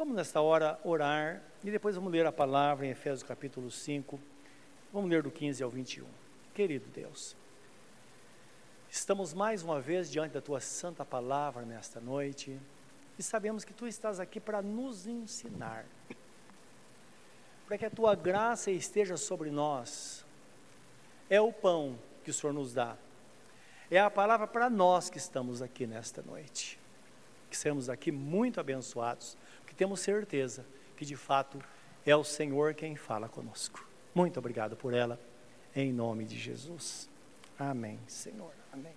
Vamos nesta hora orar e depois vamos ler a palavra em Efésios capítulo 5, vamos ler do 15 ao 21. Querido Deus, estamos mais uma vez diante da Tua santa palavra nesta noite e sabemos que Tu estás aqui para nos ensinar, para que a Tua graça esteja sobre nós. É o pão que o Senhor nos dá, é a palavra para nós que estamos aqui nesta noite, que seremos aqui muito abençoados, porque temos certeza que de fato é o Senhor quem fala conosco. Muito obrigado por ela, em nome de Jesus. Amém, Senhor, amém.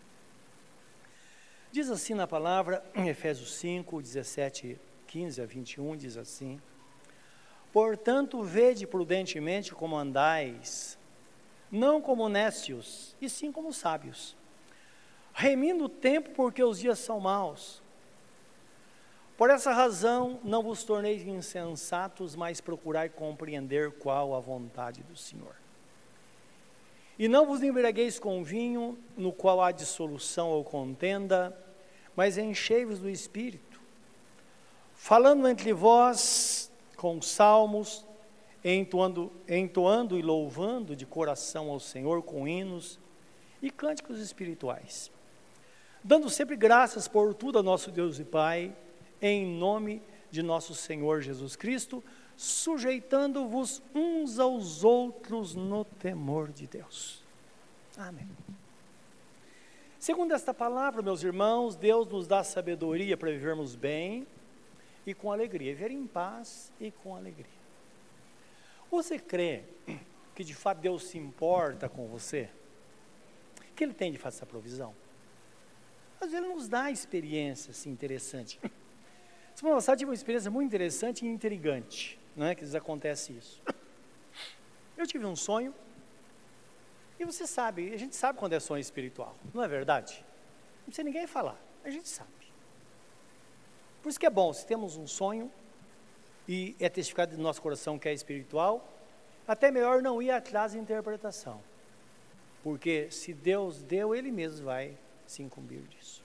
Diz assim na palavra, em Efésios 5, 17, 15 a 21, diz assim: portanto, vede prudentemente como andais, não como nécios, e sim como sábios, remindo o tempo, porque os dias são maus. Por essa razão, não vos torneis insensatos, mas procurai compreender qual a vontade do Senhor. E não vos embriagueis com vinho, no qual há dissolução ou contenda, mas enchei-vos do Espírito, falando entre vós com salmos, entoando e louvando de coração ao Senhor com hinos e cânticos espirituais, dando sempre graças por tudo a nosso Deus e Pai, em nome de nosso Senhor Jesus Cristo, sujeitando-vos uns aos outros no temor de Deus. Amém. Segundo esta palavra, meus irmãos, Deus nos dá sabedoria para vivermos bem e com alegria, viver em paz e com alegria. Você crê que de fato Deus se importa com você? Que Ele tem de fato essa provisão? Às vezes Ele nos dá experiência assim, interessante. Semana passada tive uma experiência muito interessante e intrigante, não é? Que às vezes acontece isso. Eu tive um sonho, e você sabe, a gente sabe quando é sonho espiritual, não é verdade? Não precisa ninguém falar, a gente sabe. Por isso que é bom, se temos um sonho, e é testificado no nosso coração que é espiritual, até melhor não ir atrás da interpretação, porque se Deus deu, Ele mesmo vai se incumbir disso.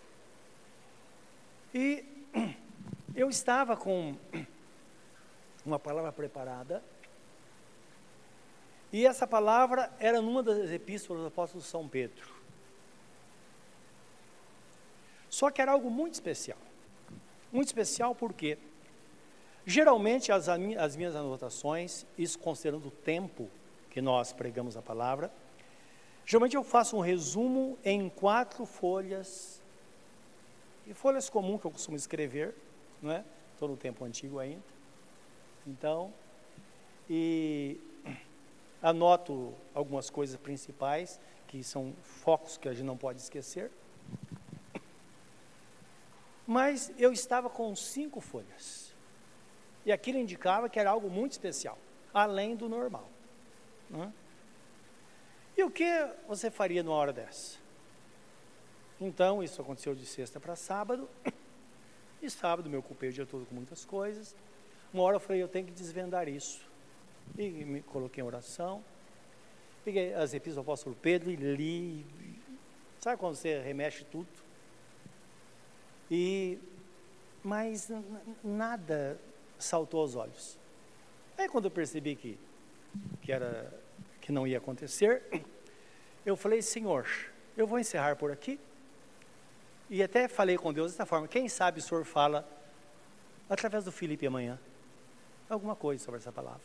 E eu estava com uma palavra preparada, e essa palavra era numa das epístolas do apóstolo São Pedro. Só que era algo muito especial porque geralmente as minhas anotações, isso considerando o tempo que nós pregamos a palavra, geralmente eu faço um resumo em 4 folhas, e folhas comuns que eu costumo escrever, não é? Estou no tempo antigo ainda, então, e anoto algumas coisas principais, que são focos que a gente não pode esquecer, mas eu estava com 5 folhas, e aquilo indicava que era algo muito especial, além do normal, não é? E o que você faria numa hora dessa? Então, isso aconteceu de sexta para sábado, e sábado me ocupei o dia todo com muitas coisas. Uma hora eu falei, eu tenho que desvendar isso. E me coloquei em oração, peguei as epístolas do apóstolo Pedro e li. Sabe quando você remexe tudo? Mas nada saltou aos olhos. Aí quando eu percebi que não ia acontecer, eu falei, Senhor, eu vou encerrar por aqui. E até falei com Deus dessa forma, quem sabe o Senhor fala, através do Felipe amanhã, alguma coisa sobre essa palavra.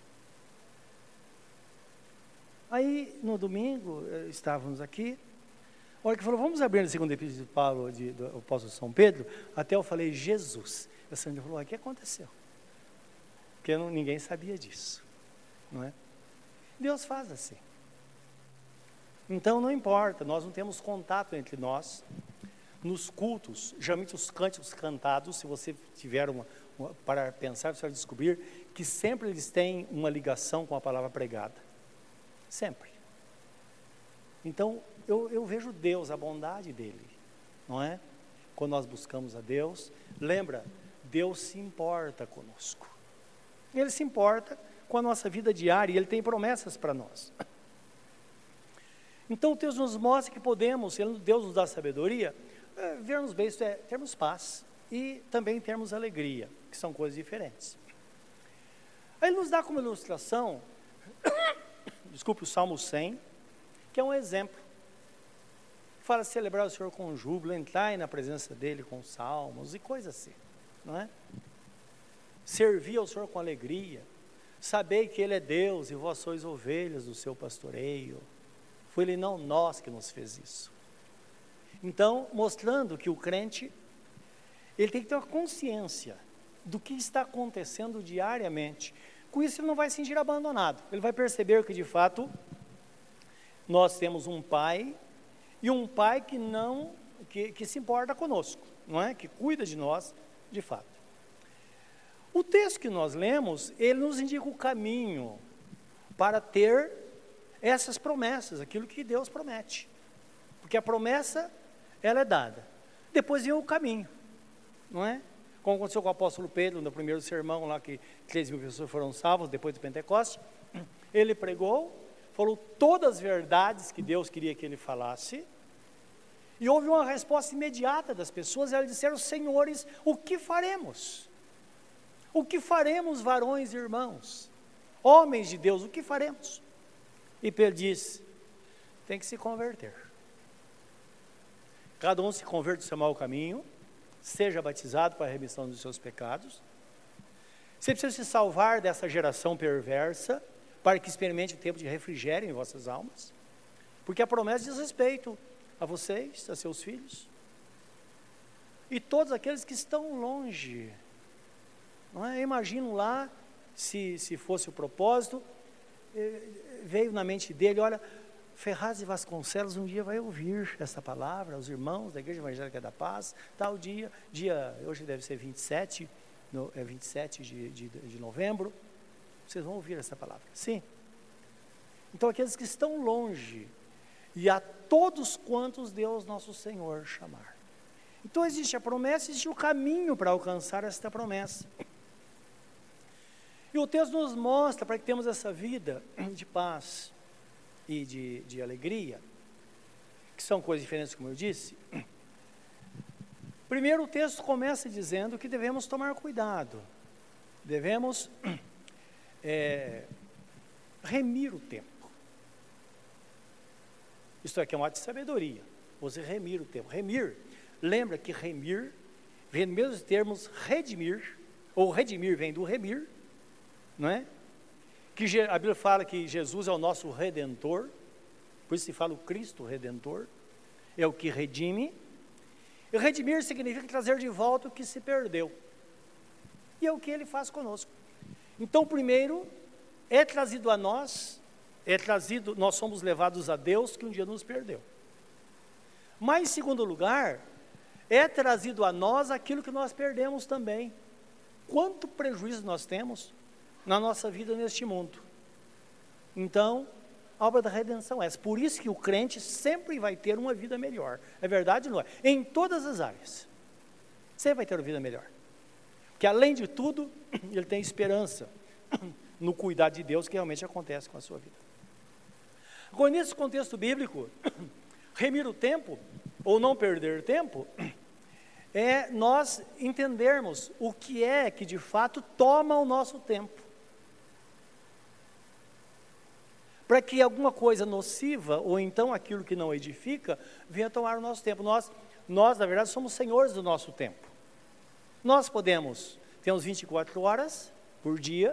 Aí, no domingo, estávamos aqui, a hora que falou, vamos abrir a segunda epístola de Paulo, do apóstolo São Pedro, até eu falei, Jesus. A Sandra falou, o que aconteceu? Porque ninguém sabia disso, não é? Deus faz assim. Então, não importa, nós não temos contato entre nós. Nos cultos, geralmente os cânticos cantados, se você tiver para pensar, você vai descobrir que sempre eles têm uma ligação com a palavra pregada. Sempre. Então, eu vejo Deus, a bondade dele, não é? Quando nós buscamos a Deus, lembra, Deus se importa conosco. Ele se importa com a nossa vida diária e Ele tem promessas para nós. Então, Deus nos mostra que podemos, Deus nos dá sabedoria, vermos bem, isso é termos paz. e também temos alegria, que são coisas diferentes. Aí ele nos dá como ilustração, desculpe, o Salmo 100, que é um exemplo. Fala celebrar o Senhor com júbilo, entrar na presença dele com salmos e coisas assim, não é? Servir ao Senhor com alegria, saber que Ele é Deus e vós sois ovelhas do seu pastoreio. Foi Ele, não nós, que nos fez isso. Então, mostrando que o crente, ele tem que ter uma consciência do que está acontecendo diariamente. Com isso, ele não vai se sentir abandonado. Ele vai perceber que, de fato, nós temos um Pai, e um Pai que se importa conosco, não é? Que cuida de nós, de fato. O texto que nós lemos, ele nos indica o caminho para ter essas promessas, aquilo que Deus promete. Porque a promessa, ela é dada. Depois vem o caminho, não é? Como aconteceu com o apóstolo Pedro, no primeiro sermão lá, que 3.000 pessoas foram salvas depois do Pentecoste. Ele pregou, falou todas as verdades que Deus queria que ele falasse, e houve uma resposta imediata das pessoas, e elas disseram: senhores, o que faremos? O que faremos, varões e irmãos? Homens de Deus, o que faremos? E Pedro diz: tem que se converter. Cada um se converte do seu mau caminho, seja batizado para a remissão dos seus pecados. Você precisa se salvar dessa geração perversa, para que experimente o tempo de refrigério em vossas almas, porque a promessa diz respeito a vocês, a seus filhos, e todos aqueles que estão longe. Não é? Eu imagino lá, se fosse o propósito, veio na mente dele: olha, Ferraz de Vasconcelos um dia vai ouvir essa palavra, os irmãos da Igreja Evangélica da Paz, tal dia, hoje deve ser 27 de novembro, vocês vão ouvir essa palavra. Sim. Então, aqueles que estão longe, e a todos quantos Deus nosso Senhor chamar. Então, existe a promessa, existe o caminho para alcançar esta promessa. E o texto nos mostra, para que temos essa vida de paz e de alegria, que são coisas diferentes, como eu disse. Primeiro, o texto começa dizendo que devemos tomar cuidado, devemos remir o tempo. Isto aqui é um ato de sabedoria, você remir o tempo. Remir, lembra que remir vem dos mesmos termos redimir, ou redimir vem do remir, não é? Que a Bíblia fala que Jesus é o nosso Redentor, por isso se fala o Cristo Redentor, é o que redime. E redimir significa trazer de volta o que se perdeu, e é o que Ele faz conosco. Então, primeiro, é trazido a nós, nós somos levados a Deus que um dia nos perdeu. Mas, em segundo lugar, é trazido a nós aquilo que nós perdemos também. Quanto prejuízo nós temos na nossa vida neste mundo. Então, a obra da redenção é essa. Por isso que o crente sempre vai ter uma vida melhor. É verdade ou não é? Em todas as áreas. Sempre vai ter uma vida melhor. Porque, além de tudo, ele tem esperança no cuidado de Deus que realmente acontece com a sua vida. Agora, nesse contexto bíblico, remir o tempo, ou não perder tempo, é nós entendermos o que é que de fato toma o nosso tempo. Para que alguma coisa nociva, ou então aquilo que não edifica, venha tomar o nosso tempo. Nós, na verdade, somos senhores do nosso tempo. Nós temos 24 horas por dia,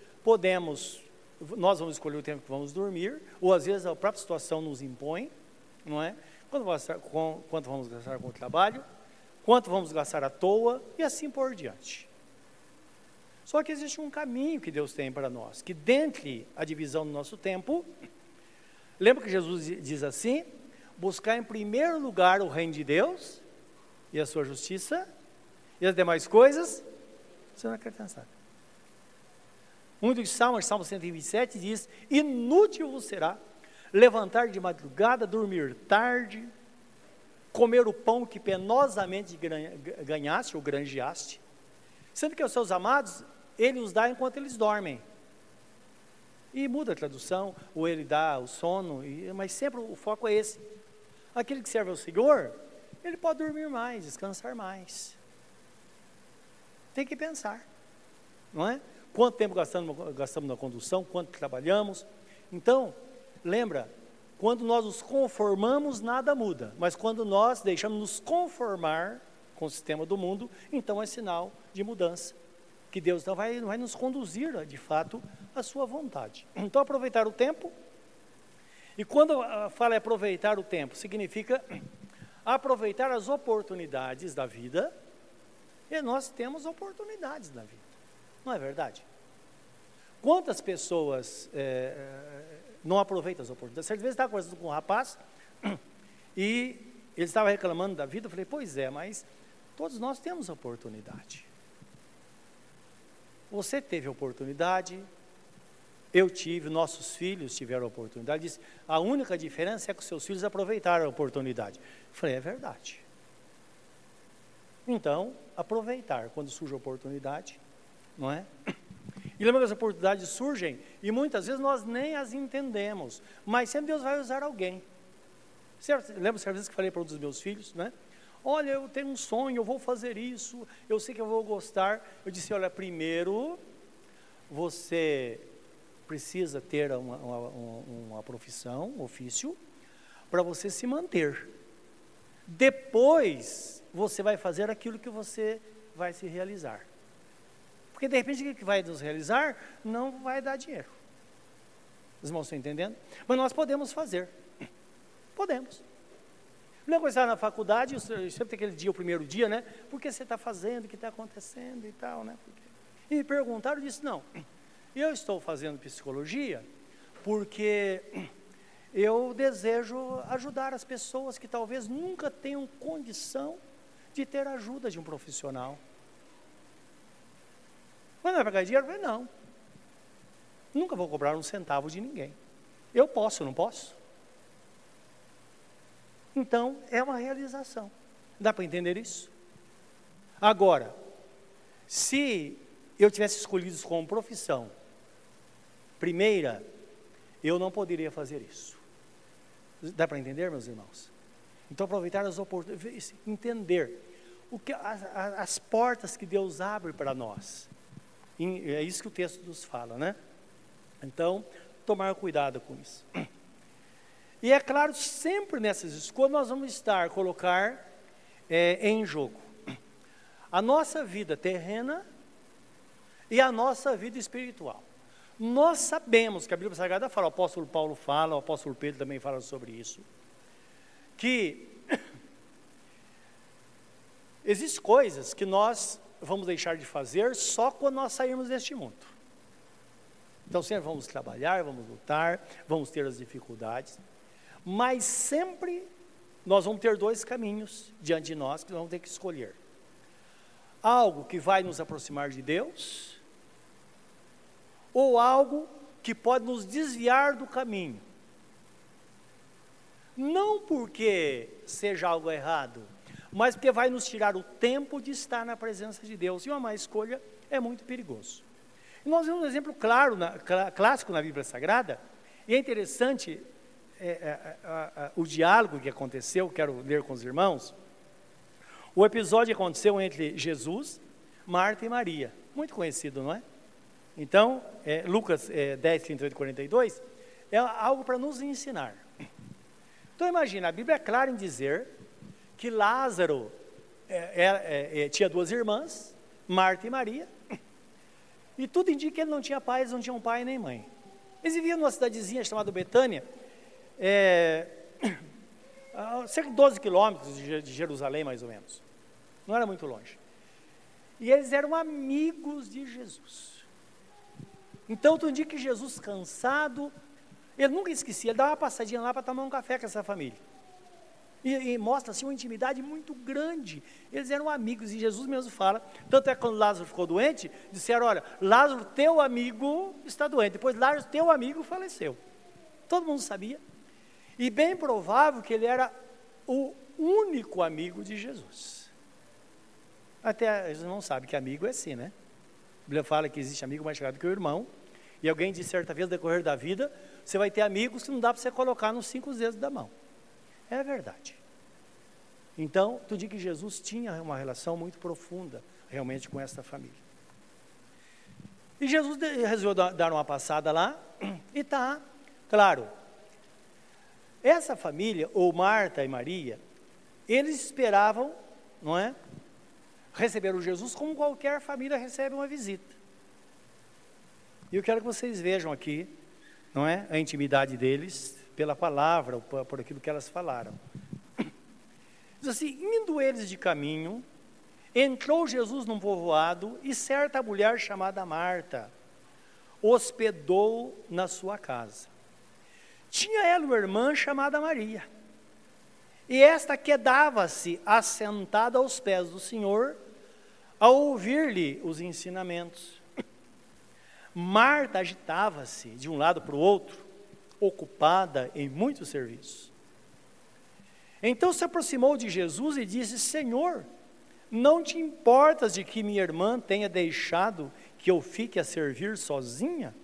nós vamos escolher o tempo que vamos dormir, ou às vezes a própria situação nos impõe, não é? Quanto vamos gastar com o trabalho, quanto vamos gastar à toa, e assim por diante. Só que existe um caminho que Deus tem para nós, que dentre a divisão do nosso tempo, lembra que Jesus diz assim: buscar em primeiro lugar o reino de Deus e a sua justiça, e as demais coisas serão acrescentadas. Um dos salmos, Salmo 127, diz: inútil vos será levantar de madrugada, dormir tarde, comer o pão que penosamente ganhaste ou granjeaste, sendo que aos seus amados Ele os dá enquanto eles dormem. E muda a tradução, ou Ele dá o sono, mas sempre o foco é esse. Aquele que serve ao Senhor, ele pode dormir mais, descansar mais. Tem que pensar, não é? Quanto tempo gastamos na condução, quanto trabalhamos. Então, lembra, quando nós nos conformamos, nada muda. Mas quando nós deixamos nos conformar com o sistema do mundo, então é sinal de mudança. Que Deus não vai nos conduzir, de fato, à sua vontade. Então, aproveitar o tempo. E quando fala em aproveitar o tempo, significa aproveitar as oportunidades da vida. E nós temos oportunidades na vida, não é verdade? Quantas pessoas não aproveitam as oportunidades? Certa vez eu estava conversando com um rapaz e ele estava reclamando da vida. Eu falei, pois é, mas todos nós temos oportunidade. Você teve oportunidade, eu tive, nossos filhos tiveram oportunidade. Disse, a única diferença é que os seus filhos aproveitaram a oportunidade. Eu falei, é verdade. Então, aproveitar quando surge a oportunidade, não é? E lembra que as oportunidades surgem e muitas vezes nós nem as entendemos, mas sempre Deus vai usar alguém. Lembra certas vezes que falei para um dos meus filhos, né? Olha, eu tenho um sonho, eu vou fazer isso, eu sei que eu vou gostar. Eu disse, olha, primeiro você precisa ter uma profissão, um ofício, para você se manter. Depois você vai fazer aquilo que você vai se realizar. Porque de repente o que vai nos realizar não vai dar dinheiro. Os irmãos estão entendendo? Mas nós podemos fazer. Podemos. Não é coisa na faculdade, sempre tem aquele dia, o primeiro dia, né? Por que você está fazendo, o que está acontecendo e tal, né? E me perguntaram, eu disse, não, eu estou fazendo psicologia porque eu desejo ajudar as pessoas que talvez nunca tenham condição de ter ajuda de um profissional. Mas não é para ganhar dinheiro? Eu falei, não. Nunca vou cobrar um centavo de ninguém. Eu posso, não posso? Então, é uma realização. Dá para entender isso? Agora, se eu tivesse escolhido isso como profissão, primeira, eu não poderia fazer isso. Dá para entender, meus irmãos? Então, aproveitar as oportunidades, entender as portas que Deus abre para nós. É isso que o texto nos fala, né? Então, tomar cuidado com isso. E é claro, sempre nessas escolhas nós vamos colocar em jogo a nossa vida terrena e a nossa vida espiritual. Nós sabemos que a Bíblia Sagrada fala, o apóstolo Paulo fala, o apóstolo Pedro também fala sobre isso, que existem coisas que nós vamos deixar de fazer só quando nós sairmos deste mundo. Então sempre vamos trabalhar, vamos lutar, vamos ter as dificuldades, mas sempre nós vamos ter dois caminhos diante de nós que nós vamos ter que escolher. Algo que vai nos aproximar de Deus, ou algo que pode nos desviar do caminho. Não porque seja algo errado, mas porque vai nos tirar o tempo de estar na presença de Deus. E uma má escolha é muito perigoso. E nós vemos um exemplo clássico na Bíblia Sagrada, e é interessante o diálogo que aconteceu, quero ler com os irmãos. O episódio aconteceu entre Jesus, Marta e Maria, muito conhecido, não é? Então, Lucas 10, 38 e 42, é algo para nos ensinar. Então imagina, a Bíblia é clara em dizer que Lázaro tinha duas irmãs, Marta e Maria, e tudo indica que ele não tinha pai, eles não tinham pai nem mãe. Eles viviam numa cidadezinha chamada Betânia, cerca de 12 quilômetros de Jerusalém, mais ou menos. Não era muito longe. E eles eram amigos de Jesus. Então, tu indica que Jesus, cansado, ele nunca esquecia, ele dava uma passadinha lá para tomar um café com essa família. E mostra assim uma intimidade muito grande. Eles eram amigos, e Jesus mesmo fala, tanto é que quando Lázaro ficou doente, disseram, olha, Lázaro, teu amigo está doente. Depois Lázaro, teu amigo, faleceu. Todo mundo sabia. E bem provável que ele era o único amigo de Jesus. Até eles não sabem que amigo é assim, né? A Bíblia fala que existe amigo mais chegado que o irmão. E alguém disse certa vez, no decorrer da vida, você vai ter amigos que não dá para você colocar nos 5 dedos da mão. É verdade. Então, tu diz que Jesus tinha uma relação muito profunda realmente com essa família. E Jesus resolveu dar uma passada lá, e tá, claro, essa família, ou Marta e Maria, eles esperavam, não é, receber o Jesus como qualquer família recebe uma visita. E eu quero que vocês vejam aqui, não é, a intimidade deles, pela palavra, por aquilo que elas falaram. Diz assim: indo eles de caminho, entrou Jesus num povoado, e certa mulher chamada Marta hospedou na sua casa. Tinha ela uma irmã chamada Maria, e esta quedava-se assentada aos pés do Senhor, a ouvir-lhe os ensinamentos. Marta agitava-se de um lado para o outro, ocupada em muitos serviços. Então se aproximou de Jesus e disse: Senhor, não te importas de que minha irmã tenha deixado que eu fique a servir sozinha?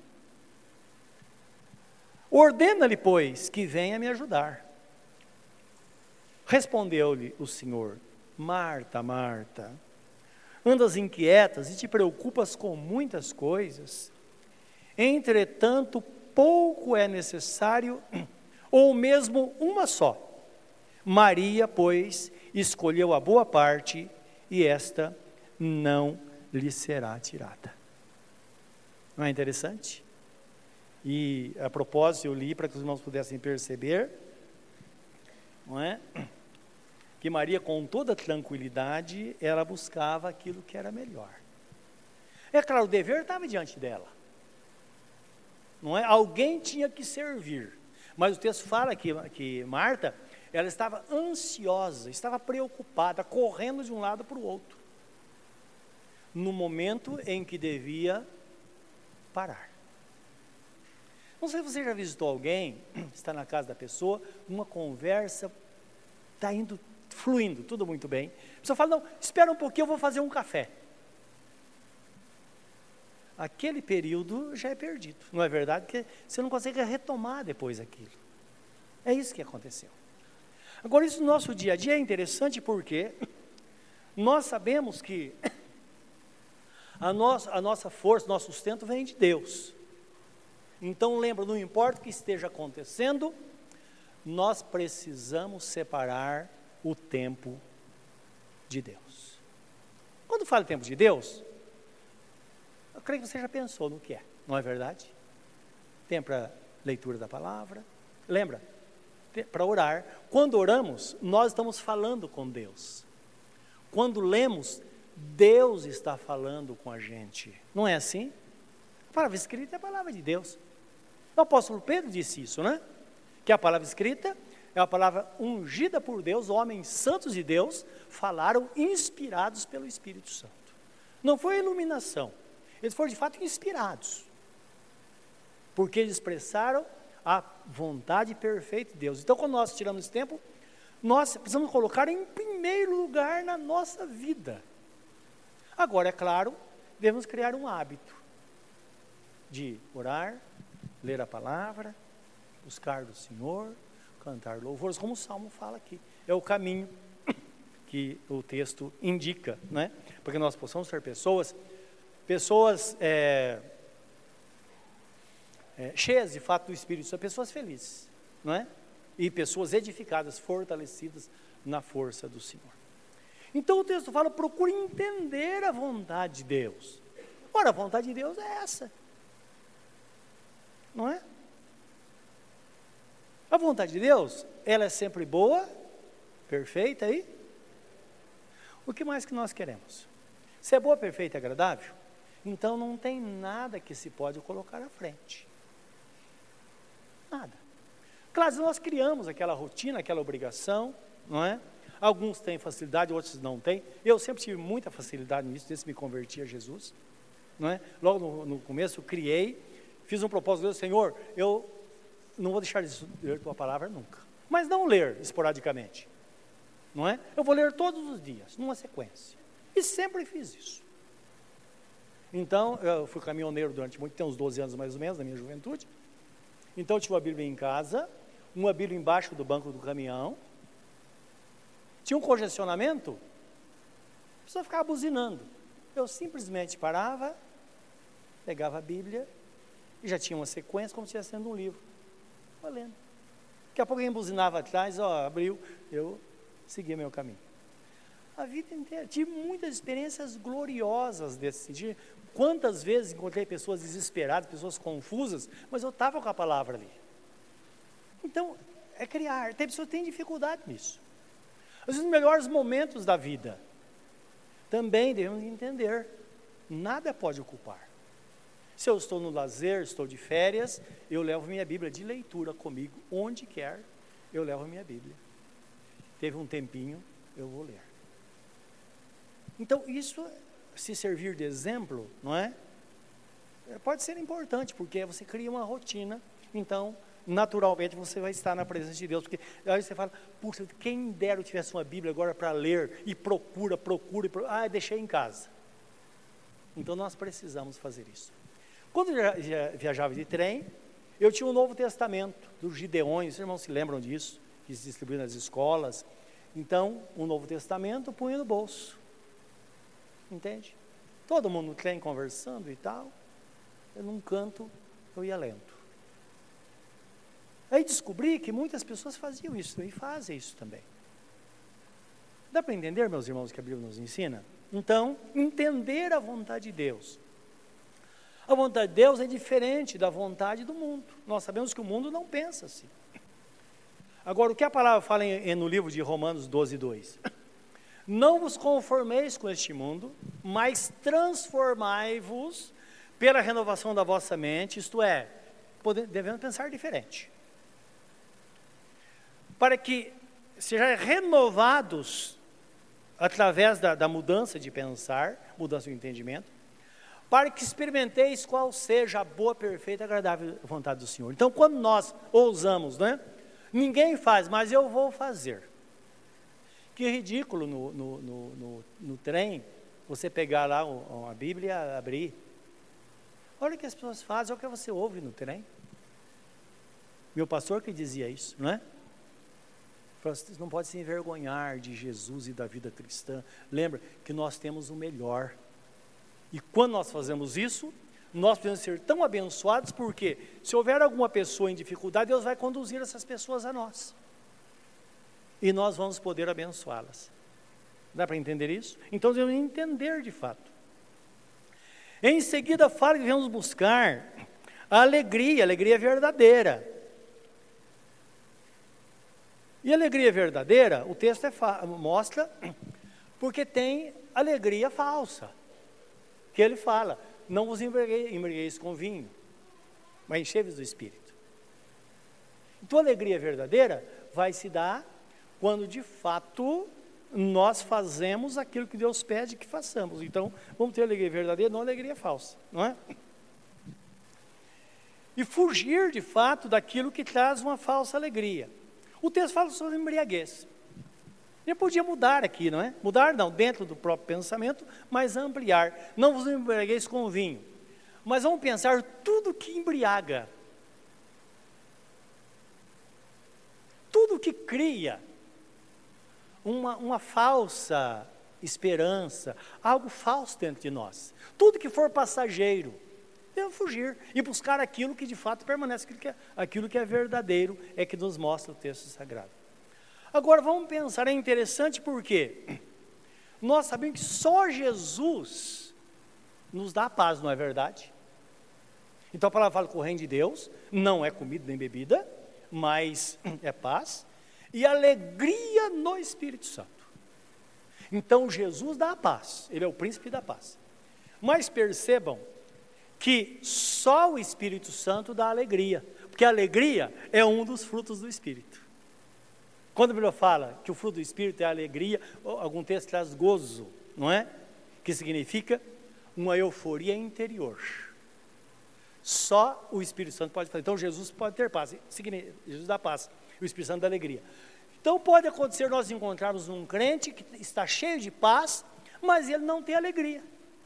Ordena-lhe, pois, que venha me ajudar. Respondeu-lhe o Senhor: Marta, Marta, andas inquietas e te preocupas com muitas coisas. Entretanto, pouco é necessário, ou mesmo uma só. Maria, pois, escolheu a boa parte, e esta não lhe será tirada. Não é interessante? E a propósito eu li para que os irmãos pudessem perceber, não é? Que Maria, com toda tranquilidade, ela buscava aquilo que era melhor. É claro, o dever estava diante dela, não é? Alguém tinha que servir, mas o texto fala que Marta, ela estava ansiosa, estava preocupada, correndo de um lado para o outro, no momento em que devia parar. Não sei se você já visitou alguém, está na casa da pessoa, uma conversa, está indo, fluindo, tudo muito bem. A pessoa fala: não, espera um pouquinho, eu vou fazer um café. Aquele período já é perdido, não é verdade? Porque você não consegue retomar depois aquilo. É isso que aconteceu. Agora, isso no nosso dia a dia é interessante porque nós sabemos que a nossa força, nosso sustento vem de Deus. Então lembra, não importa o que esteja acontecendo, nós precisamos separar o tempo de Deus. Quando fala tempo de Deus, eu creio que você já pensou no que é, não é verdade? Tempo para leitura da palavra, lembra? Para orar. Quando oramos, nós estamos falando com Deus. Quando lemos, Deus está falando com a gente. Não é assim? A palavra escrita é a palavra de Deus. O apóstolo Pedro disse isso, né? Que a palavra escrita é a palavra ungida por Deus, homens santos de Deus falaram inspirados pelo Espírito Santo. Não foi iluminação, eles foram de fato inspirados, porque eles expressaram a vontade perfeita de Deus. Então, quando nós tiramos esse tempo, nós precisamos colocar em primeiro lugar na nossa vida. Agora, é claro, devemos criar um hábito de orar, ler a palavra, buscar do Senhor, cantar louvores, como o Salmo fala aqui. É o caminho que o texto indica, né? Para que nós possamos ser pessoas cheias de fato do Espírito Santo, pessoas felizes, não é? E pessoas edificadas, fortalecidas na força do Senhor. Então o texto fala: procure entender a vontade de Deus. Ora, a vontade de Deus é essa, não é? A vontade de Deus, ela é sempre boa, perfeita e o que mais que nós queremos? Se é boa, perfeita e agradável, então não tem nada que se pode colocar à frente. Nada. Claro, nós criamos aquela rotina, aquela obrigação, não é? Alguns têm facilidade, outros não têm. Eu sempre tive muita facilidade nisso, desde que me converti a Jesus, não é? Logo no começo eu criei, fiz um propósito, Deus, Senhor, eu não vou deixar de ler tua palavra nunca, mas não ler esporadicamente, não é? Eu vou ler todos os dias, numa sequência, e sempre fiz isso. Então, eu fui caminhoneiro durante muito tempo, uns 12 anos mais ou menos, na minha juventude. Então, eu tinha uma Bíblia em casa, uma Bíblia embaixo do banco do caminhão, tinha um congestionamento, a pessoa ficava buzinando, Eu simplesmente parava, pegava a Bíblia, e já tinha uma sequência, como se estivesse lendo um livro. Lendo. Daqui a pouco alguém buzinava atrás, abriu, eu seguia meu caminho. A vida inteira, tive muitas experiências gloriosas desse sentido. Quantas vezes encontrei pessoas desesperadas, pessoas confusas, mas eu estava com a palavra ali. Então, é criar. Tem pessoas que têm dificuldade nisso. Às vezes, nos melhores momentos da vida, também devemos entender, nada pode ocupar. Se eu estou no lazer, estou de férias, eu levo minha Bíblia de leitura comigo, onde quer, eu levo minha Bíblia. Teve um tempinho, eu vou ler. Então, isso, se servir de exemplo, não é? Pode ser importante, porque você cria uma rotina, então, naturalmente, você vai estar na presença de Deus, porque aí você fala, puxa, quem dera eu tivesse uma Bíblia agora para ler, e procura, deixei em casa. Então, nós precisamos fazer isso. Quando eu viajava de trem, eu tinha o Novo Testamento, dos Gideões, os irmãos se lembram disso, que se distribuía nas escolas. Então, o Novo Testamento eu punha no bolso, entende? Todo mundo no trem conversando e tal, eu num canto, eu ia lendo. Aí descobri que muitas pessoas faziam isso, e fazem isso também. Dá para entender, meus irmãos, que a Bíblia nos ensina? Então, entender a vontade de Deus. A vontade de Deus é diferente da vontade do mundo. Nós sabemos que o mundo não pensa assim. Agora, o que a palavra fala no livro de Romanos 12:2? Não vos conformeis com este mundo, mas transformai-vos pela renovação da vossa mente, isto é, devemos pensar diferente. Para que sejam renovados através da mudança de pensar, mudança de entendimento, para que experimenteis qual seja a boa, perfeita e agradável vontade do Senhor. Então, quando nós ousamos, né? Ninguém faz, mas eu vou fazer. Que ridículo no trem, você pegar lá a Bíblia e abrir. Olha o que as pessoas fazem, olha o que você ouve no trem. Meu pastor que dizia isso, não é? Você não pode se envergonhar de Jesus e da vida cristã. Lembra que nós temos o melhor. E quando nós fazemos isso, nós podemos ser tão abençoados, porque se houver alguma pessoa em dificuldade, Deus vai conduzir essas pessoas a nós. E nós vamos poder abençoá-las. Dá para entender isso? Então devemos entender de fato. Em seguida fala que devemos buscar a alegria verdadeira. E a alegria verdadeira, o texto mostra, porque tem alegria falsa. Que ele fala, não vos embriagueis com vinho, mas enchei-vos do Espírito. Então a alegria verdadeira vai se dar quando de fato nós fazemos aquilo que Deus pede que façamos. Então vamos ter alegria verdadeira, não alegria falsa, não é? E fugir de fato daquilo que traz uma falsa alegria. O texto fala sobre embriaguez. Ele podia mudar aqui, não é? Mudar não, dentro do próprio pensamento, mas ampliar. Não vos embriagueis com vinho. Mas vamos pensar tudo que embriaga. Tudo que cria uma falsa esperança, algo falso dentro de nós. Tudo que for passageiro, devemos fugir e buscar aquilo que de fato permanece, aquilo que é verdadeiro, é que nos mostra o texto sagrado. Agora vamos pensar, é interessante porque nós sabemos que só Jesus nos dá a paz, não é verdade? Então a palavra fala que o reino de Deus não é comida nem bebida, mas é paz e alegria no Espírito Santo. Então Jesus dá a paz, Ele é o príncipe da paz. Mas percebam que só o Espírito Santo dá alegria, porque a alegria é um dos frutos do Espírito. Quando a Bíblia fala que o fruto do Espírito é a alegria, algum texto traz gozo, não é? Que significa uma euforia interior. Só o Espírito Santo pode fazer. Então Jesus pode ter paz, Jesus dá paz, o Espírito Santo dá alegria. Então pode acontecer nós encontrarmos um crente que está cheio de paz, mas ele não tem alegria.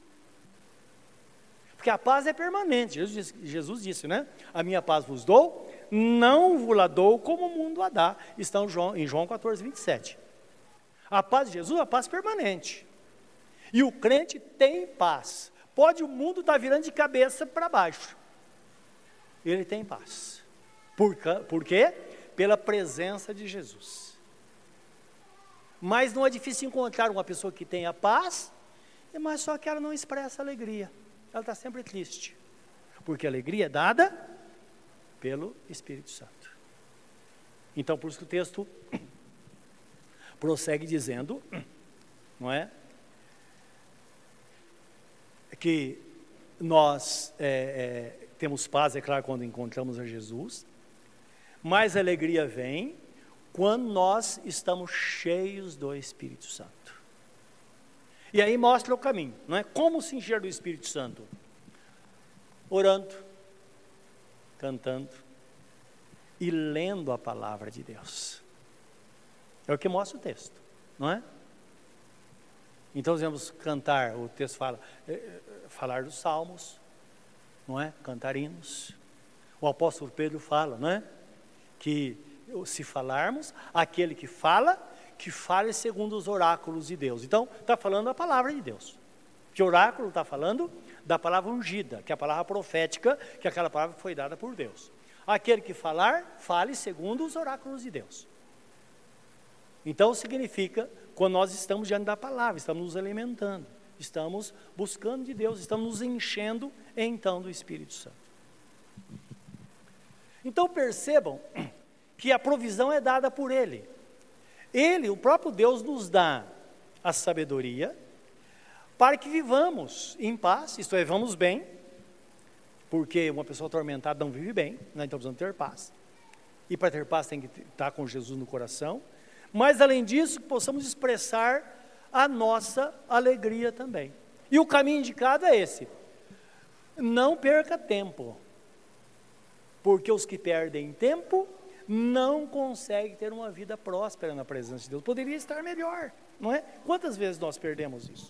Porque a paz é permanente, Jesus disse, né? A minha paz vos dou, não vos la dou como o mundo a dá. Está em João 14:27. A paz de Jesus é a paz permanente. E o crente tem paz. Pode o mundo estar virando de cabeça para baixo. Ele tem paz. Por quê? Pela presença de Jesus. Mas não é difícil encontrar uma pessoa que tenha paz, mas só que ela não expressa alegria. Ela está sempre triste. Porque a alegria é dada pelo Espírito Santo. Então, por isso que o texto prossegue dizendo, não é? Que nós temos paz, é claro, quando encontramos a Jesus, mas a alegria vem quando nós estamos cheios do Espírito Santo. E aí mostra o caminho, não é? Como se encher do Espírito Santo? Orando, cantando e lendo a palavra de Deus. É o que mostra o texto, não é? Então, nós vamos cantar, o texto fala, falar dos salmos, não é? Cantar hinos. O apóstolo Pedro fala, não é? Que se falarmos, aquele que fale segundo os oráculos de Deus. Então, está falando a palavra de Deus. Que oráculo está falando da palavra ungida, que é a palavra profética, que é aquela palavra que foi dada por Deus. Aquele que falar, fale segundo os oráculos de Deus. Então significa, quando nós estamos diante da palavra, estamos nos alimentando, estamos buscando de Deus, estamos nos enchendo então do Espírito Santo. Então percebam que a provisão é dada por Ele. Ele, o próprio Deus, nos dá a sabedoria para que vivamos em paz, isto é, vivamos bem, porque uma pessoa atormentada não vive bem, né? Então precisamos ter paz. E para ter paz tem que estar com Jesus no coração. Mas além disso, que possamos expressar a nossa alegria também. E o caminho indicado é esse: não perca tempo, porque os que perdem tempo não conseguem ter uma vida próspera na presença de Deus. Poderia estar melhor, não é? Quantas vezes nós perdemos isso?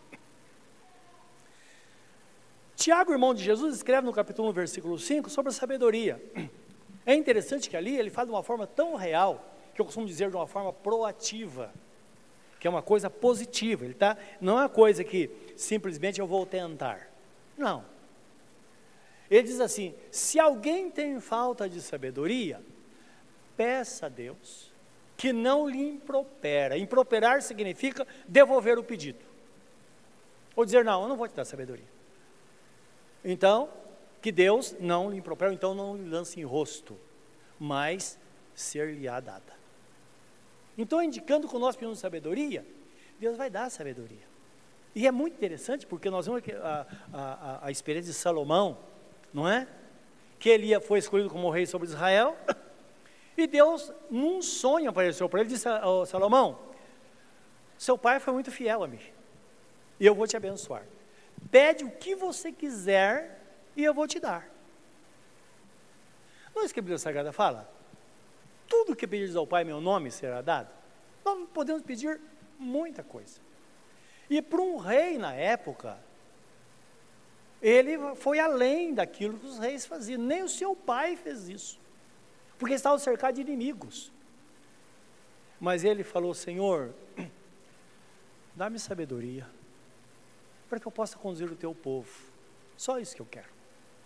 Tiago, irmão de Jesus, escreve no capítulo 1, versículo 5, sobre a sabedoria. É interessante que ali ele fala de uma forma tão real, que eu costumo dizer de uma forma proativa, que é uma coisa positiva. Não é uma coisa que simplesmente eu vou tentar. Não. Ele diz assim: se alguém tem falta de sabedoria, peça a Deus, que não lhe impropera. Improperar significa devolver o pedido. Ou dizer, não, eu não vou te dar sabedoria. Então, que Deus não lhe impropera, então não lhe lance em rosto, mas ser-lhe-á dada. Então, indicando que nós pedimos sabedoria, Deus vai dar sabedoria. E é muito interessante, porque nós vemos a experiência de Salomão, não é? Que ele foi escolhido como rei sobre Israel, e Deus, num sonho, apareceu para ele e disse: Salomão, seu pai foi muito fiel a mim, e eu vou te abençoar. Pede o que você quiser e eu vou te dar. Não é isso que a Bíblia Sagrada fala? Tudo que pedires ao Pai em meu nome será dado. Nós podemos pedir muita coisa. E para um rei na época, ele foi além daquilo que os reis faziam. Nem o seu pai fez isso, porque estava cercado de inimigos. Mas ele falou: Senhor, dá-me sabedoria, para que eu possa conduzir o teu povo. Só isso que eu quero.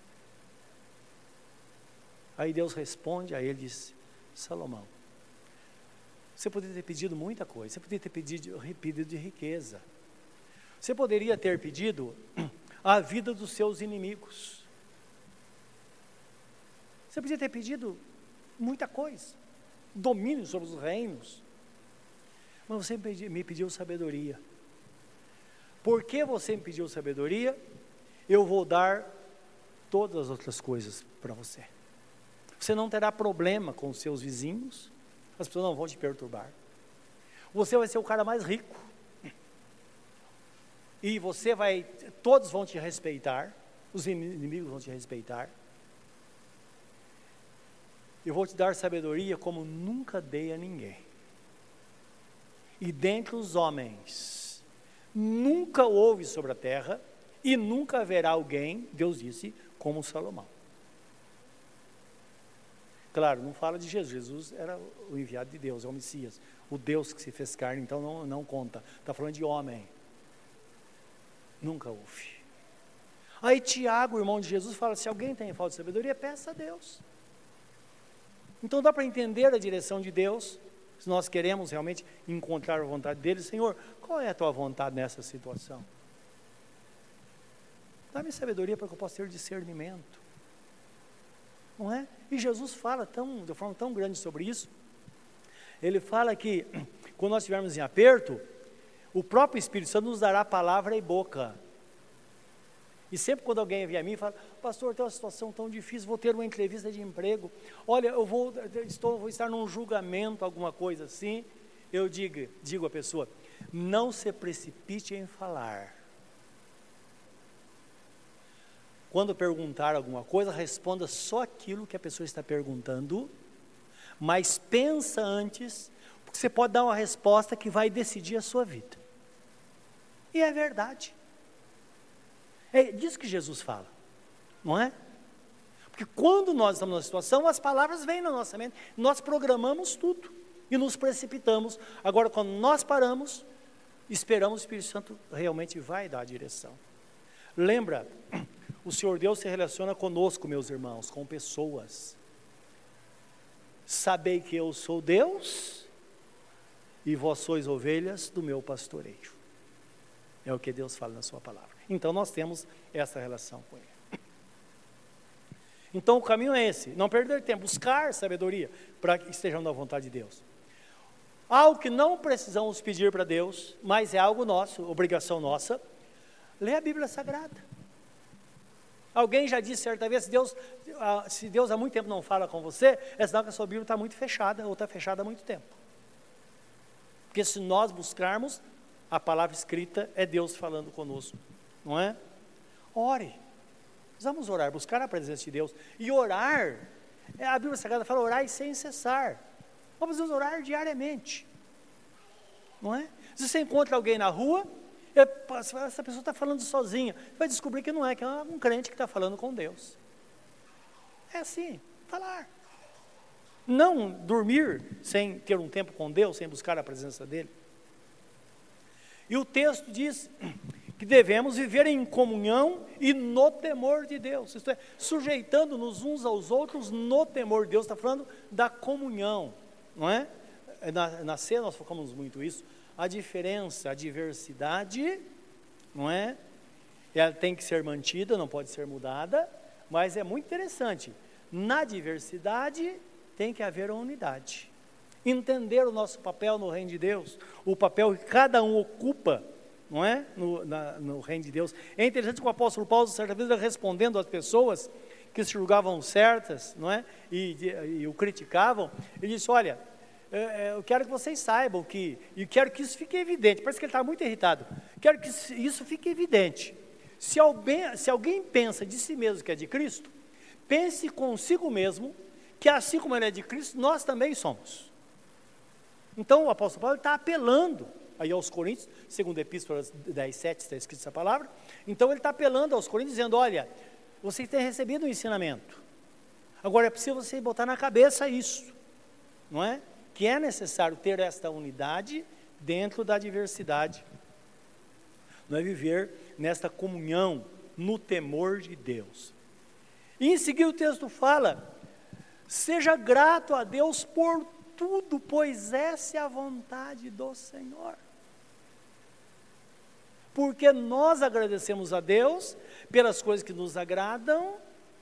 Aí Deus responde a ele e diz: Salomão, você poderia ter pedido muita coisa. Você poderia ter pedido de riqueza. Você poderia ter pedido a vida dos seus inimigos. Você poderia ter pedido muita coisa, domínio sobre os reinos. Mas você me pediu sabedoria. Porque você me pediu sabedoria, eu vou dar todas as outras coisas para você. Você não terá problema com os seus vizinhos, as pessoas não vão te perturbar. Você vai ser o cara mais rico. E todos vão te respeitar, os inimigos vão te respeitar. Eu vou te dar sabedoria como nunca dei a ninguém. E dentre os homens, nunca houve sobre a terra, e nunca haverá alguém, Deus disse, como Salomão. Claro, não fala de Jesus. Jesus era o enviado de Deus, é o Messias. O Deus que se fez carne, então não conta. Está falando de homem. Nunca houve. Aí Tiago, o irmão de Jesus, fala, se alguém tem falta de sabedoria, peça a Deus. Então dá para entender a direção de Deus, se nós queremos realmente encontrar a vontade dele. Senhor, qual é a tua vontade nessa situação? Dá-me sabedoria para que eu possa ter discernimento. Não é? E Jesus fala de forma tão grande sobre isso. Ele fala que quando nós estivermos em aperto, o próprio Espírito Santo nos dará palavra e boca. E sempre quando alguém vem a mim e fala, pastor, tem uma situação tão difícil, vou ter uma entrevista de emprego, olha, eu vou estar num julgamento, alguma coisa assim, eu digo à pessoa, não se precipite em falar. Quando perguntar alguma coisa, responda só aquilo que a pessoa está perguntando, mas pensa antes, porque você pode dar uma resposta que vai decidir a sua vida. E é verdade. É disso que Jesus fala, não é? Porque quando nós estamos numa situação, as palavras vêm na nossa mente, nós programamos tudo e nos precipitamos. Agora, quando nós paramos, esperamos, o Espírito Santo realmente vai dar a direção. Lembra, o Senhor Deus se relaciona conosco, meus irmãos, com pessoas. Sabei que eu sou Deus e vós sois ovelhas do meu pastoreio. É o que Deus fala na sua palavra. Então nós temos essa relação com Ele. Então o caminho é esse, não perder tempo, buscar sabedoria para que estejamos na vontade de Deus. Algo que não precisamos pedir para Deus, mas é algo nosso, obrigação nossa, lê a Bíblia Sagrada. Alguém já disse certa vez, se Deus há muito tempo não fala com você, é sinal que a sua Bíblia está muito fechada, ou está fechada há muito tempo. Porque se nós buscarmos, a palavra escrita é Deus falando conosco, não é? Ore, precisamos orar, buscar a presença de Deus, e orar, a Bíblia Sagrada fala orar sem cessar, nós precisamos orar diariamente, não é? Se você encontra alguém na rua, essa pessoa está falando sozinha, você vai descobrir que não é, que é um crente que está falando com Deus, é assim, falar, não dormir sem ter um tempo com Deus, sem buscar a presença dEle. E o texto diz que devemos viver em comunhão e no temor de Deus, isto é, sujeitando-nos uns aos outros no temor de Deus, está falando da comunhão, não é? Na ceia nós focamos muito isso, a diferença, a diversidade, não é? Ela tem que ser mantida, não pode ser mudada, mas é muito interessante, na diversidade tem que haver uma unidade. Entender o nosso papel no reino de Deus, o papel que cada um ocupa, não é? No reino de Deus. É interessante que o apóstolo Paulo, certa vez, respondendo às pessoas que se julgavam certas, não é? E o criticavam, ele disse, olha, eu quero que vocês saibam e quero que isso fique evidente, parece que ele está muito irritado, quero que isso fique evidente, se alguém pensa de si mesmo que é de Cristo, pense consigo mesmo, que assim como ele é de Cristo, nós também somos. Então o apóstolo Paulo está apelando aí aos Coríntios, segundo a Epístola 10:7 está escrito essa palavra, então ele está apelando aos Coríntios, dizendo, olha, vocês têm recebido um ensinamento, agora é preciso você botar na cabeça isso, não é? Que é necessário ter esta unidade dentro da diversidade, não é? Viver nesta comunhão, no temor de Deus. E em seguida o texto fala, seja grato a Deus por tudo, pois essa é a vontade do Senhor. Porque nós agradecemos a Deus pelas coisas que nos agradam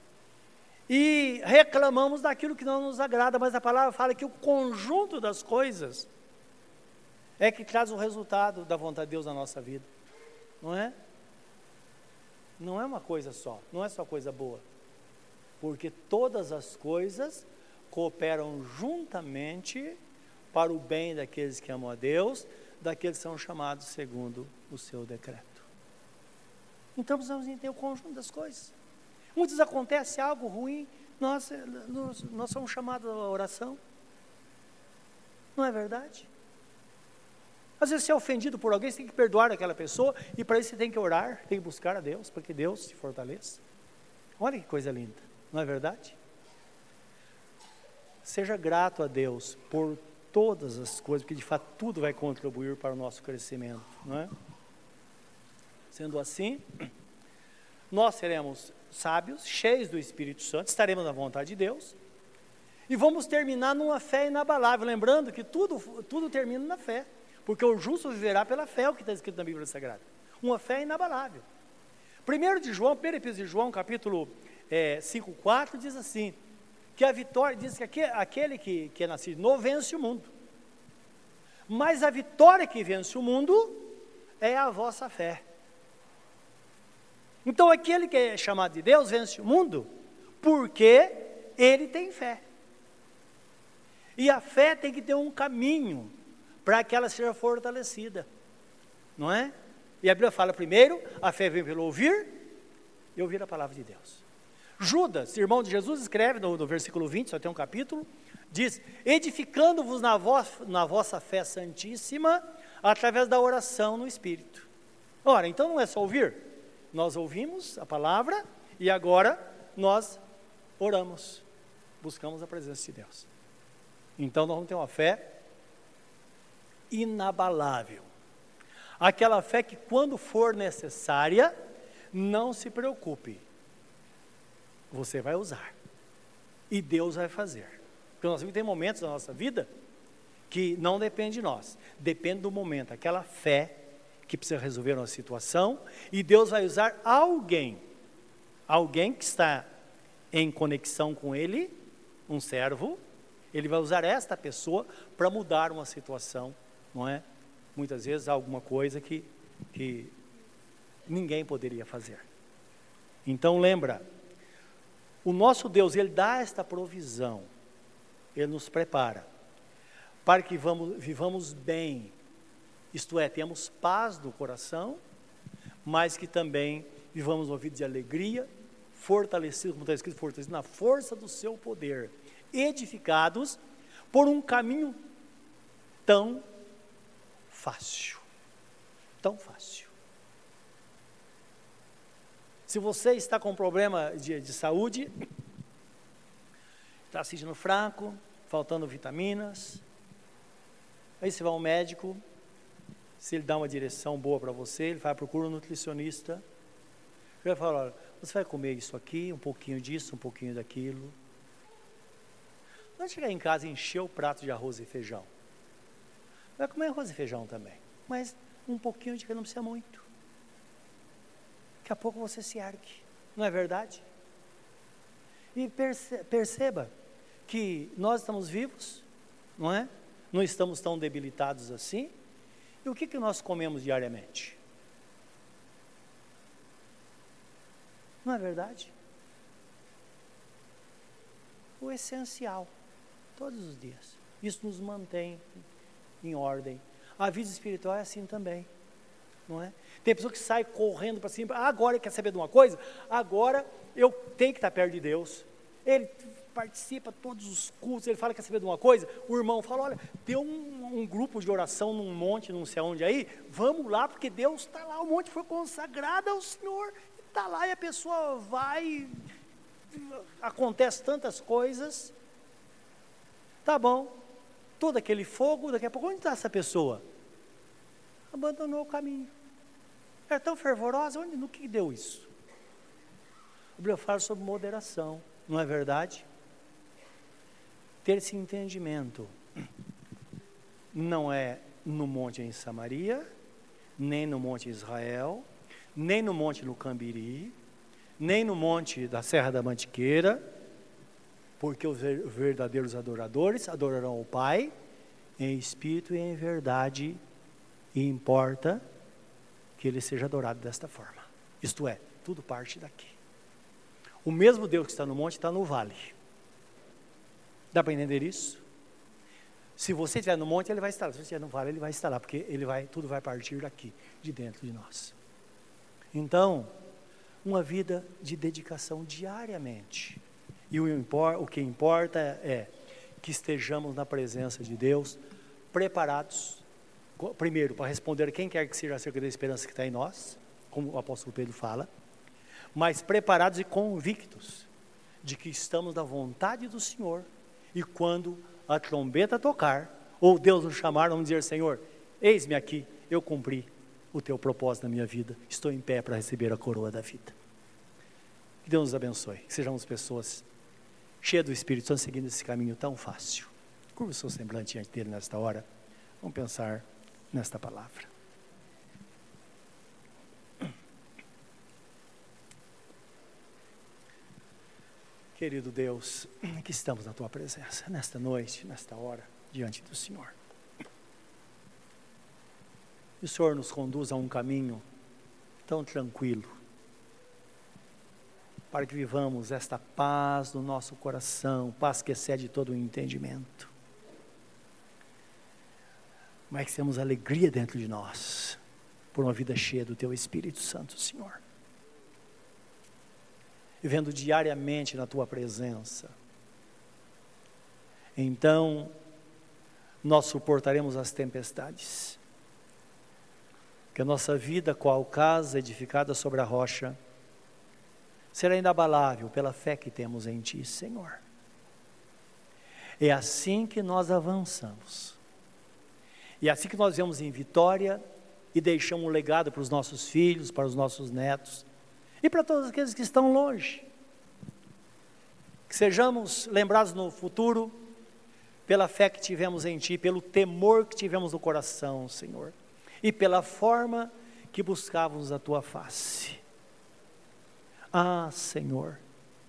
e reclamamos daquilo que não nos agrada, mas a palavra fala que o conjunto das coisas é que traz o resultado da vontade de Deus na nossa vida, não é? Não é uma coisa só, não é só coisa boa, porque todas as coisas cooperam juntamente para o bem daqueles que amam a Deus, daqueles que são chamados segundo o seu decreto. Então precisamos entender o conjunto das coisas. Muitas vezes acontece algo ruim, nós somos chamados à oração, não é verdade? Às vezes você é ofendido por alguém, você tem que perdoar aquela pessoa, e para isso você tem que orar, tem que buscar a Deus, para que Deus te fortaleça. Olha que coisa linda, não é verdade? Seja grato a Deus por todas as coisas, porque de fato tudo vai contribuir para o nosso crescimento, não é? Sendo assim, nós seremos sábios, cheios do Espírito Santo, estaremos na vontade de Deus, e vamos terminar numa fé inabalável, lembrando que tudo termina na fé, porque o justo viverá pela fé, é o que está escrito na Bíblia Sagrada, uma fé inabalável. 1 Epístola de João, capítulo 5,4, diz assim, que a vitória, diz que aquele que é nascido novo vence o mundo, mas a vitória que vence o mundo é a vossa fé. Então aquele que é chamado de Deus vence o mundo, porque ele tem fé. E a fé tem que ter um caminho, para que ela seja fortalecida, não é? E a Bíblia fala primeiro, a fé vem pelo ouvir, e ouvir a palavra de Deus. Judas, irmão de Jesus, escreve no versículo 20, só tem um capítulo, diz, edificando-vos na vossa fé santíssima, através da oração no Espírito. Ora, então não é só ouvir, nós ouvimos a palavra, e agora nós oramos, buscamos a presença de Deus. Então nós vamos ter uma fé inabalável, aquela fé que quando for necessária, não se preocupe, você vai usar, e Deus vai fazer, porque nós tem momentos da nossa vida, que não depende de nós, depende do momento, aquela fé, que precisa resolver uma situação, e Deus vai usar alguém que está em conexão com Ele, um servo, Ele vai usar esta pessoa, para mudar uma situação, não é? Muitas vezes alguma coisa que ninguém poderia fazer. Então lembra, o nosso Deus, Ele dá esta provisão, Ele nos prepara, para que vivamos bem, isto é, temos paz no coração, mas que também vivamos uma vida de alegria, fortalecidos, como está escrito, fortalecidos na força do seu poder, edificados por um caminho tão fácil, tão fácil. Se você está com problema de saúde, está se sentindo fraco, faltando vitaminas, aí você vai ao médico, se ele dá uma direção boa para você, ele vai procurar um nutricionista, ele vai falar, olha, você vai comer isso aqui, um pouquinho disso, um pouquinho daquilo. Não chegar em casa e encher o prato de arroz e feijão. Vai comer arroz e feijão também, mas um pouquinho de que não precisa muito. Daqui a pouco você se ergue, não é verdade? E perceba que nós estamos vivos, não é? Não estamos tão debilitados assim. E o que nós comemos diariamente? Não é verdade? O essencial, todos os dias. Isso nos mantém em ordem. A vida espiritual é assim também, não é? Tem pessoa que sai correndo para cima, agora quer saber de uma coisa? Agora eu tenho que estar perto de Deus. Ele participa de todos os cultos, ele fala que quer saber de uma coisa, o irmão fala, olha, tem um grupo de oração num monte, não sei onde aí, vamos lá, porque Deus está lá, o monte foi consagrado ao Senhor, está lá, e a pessoa vai, acontece tantas coisas, tá bom, todo aquele fogo, daqui a pouco, onde está essa pessoa? Abandonou o caminho, era tão fervorosa, no que deu isso? A Bíblia fala sobre moderação, não é verdade? Ter esse entendimento, não é no monte em Samaria, nem no monte Israel, nem no monte no Cambiri, nem no monte da Serra da Mantiqueira, porque os verdadeiros adoradores adorarão o Pai em espírito e em verdade, e importa que Ele seja adorado desta forma. Isto é, tudo parte daqui. O mesmo Deus que está no monte está no vale. Dá para entender isso? Se você estiver no monte, Ele vai estar lá. Se você estiver no vale, Ele vai estar lá, porque tudo vai partir daqui, de dentro de nós. Então, uma vida de dedicação diariamente. E o que importa é que estejamos na presença de Deus, preparados, primeiro, para responder quem quer que seja acerca da esperança que está em nós, como o apóstolo Pedro fala, mas preparados e convictos de que estamos na vontade do Senhor, e quando a trombeta tocar, ou Deus nos chamar, vamos dizer, Senhor, eis-me aqui, eu cumpri o teu propósito na minha vida. Estou em pé para receber a coroa da vida. Que Deus nos abençoe, que sejamos pessoas cheias do Espírito Santo, seguindo esse caminho tão fácil. Curva o seu semblante diante dele nesta hora. Vamos pensar nesta palavra. Querido Deus, que estamos na tua presença, nesta noite, nesta hora, diante do Senhor. E o Senhor nos conduz a um caminho tão tranquilo, para que vivamos esta paz no nosso coração, paz que excede todo o entendimento. Mas que temos alegria dentro de nós, por uma vida cheia do teu Espírito Santo, Senhor. Vivendo diariamente na tua presença. Então, nós suportaremos as tempestades. Que a nossa vida, qual casa edificada sobre a rocha, será inabalável pela fé que temos em Ti, Senhor. É assim que nós avançamos. E é assim que nós vemos em vitória e deixamos um legado para os nossos filhos, para os nossos netos e para todos aqueles que estão longe. Que sejamos lembrados no futuro pela fé que tivemos em Ti, pelo temor que tivemos no coração, Senhor, e pela forma que buscávamos a Tua face. Ah, Senhor,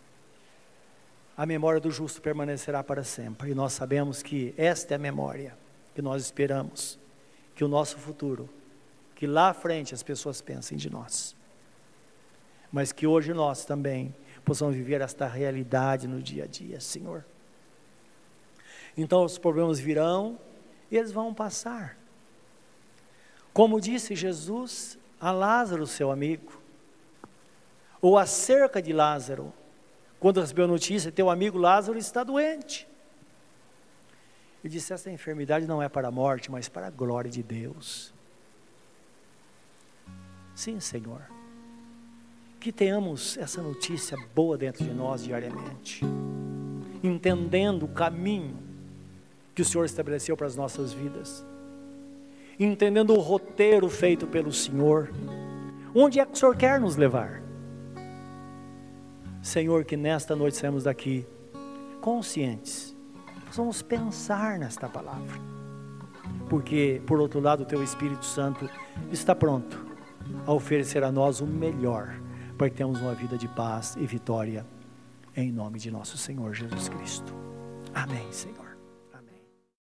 a memória do justo permanecerá para sempre, e nós sabemos que esta é a memória que nós esperamos, que o nosso futuro, que lá à frente as pessoas pensem de nós, mas que hoje nós também possamos viver esta realidade no dia a dia, Senhor. Então os problemas virão e eles vão passar, como disse Jesus a Lázaro, seu amigo, ou acerca de Lázaro, quando recebeu a notícia, teu amigo Lázaro está doente. Ele disse, essa enfermidade não é para a morte, mas para a glória de Deus. Sim, Senhor, que tenhamos essa notícia boa dentro de nós diariamente, entendendo o caminho que o Senhor estabeleceu para as nossas vidas, entendendo o roteiro feito pelo Senhor, onde é que o Senhor quer nos levar. Senhor, que nesta noite saímos daqui conscientes, possamos pensar nesta palavra, porque por outro lado o Teu Espírito Santo está pronto a oferecer a nós o melhor, para que tenhamos uma vida de paz e vitória, em nome de nosso Senhor Jesus Cristo. Amém, Senhor.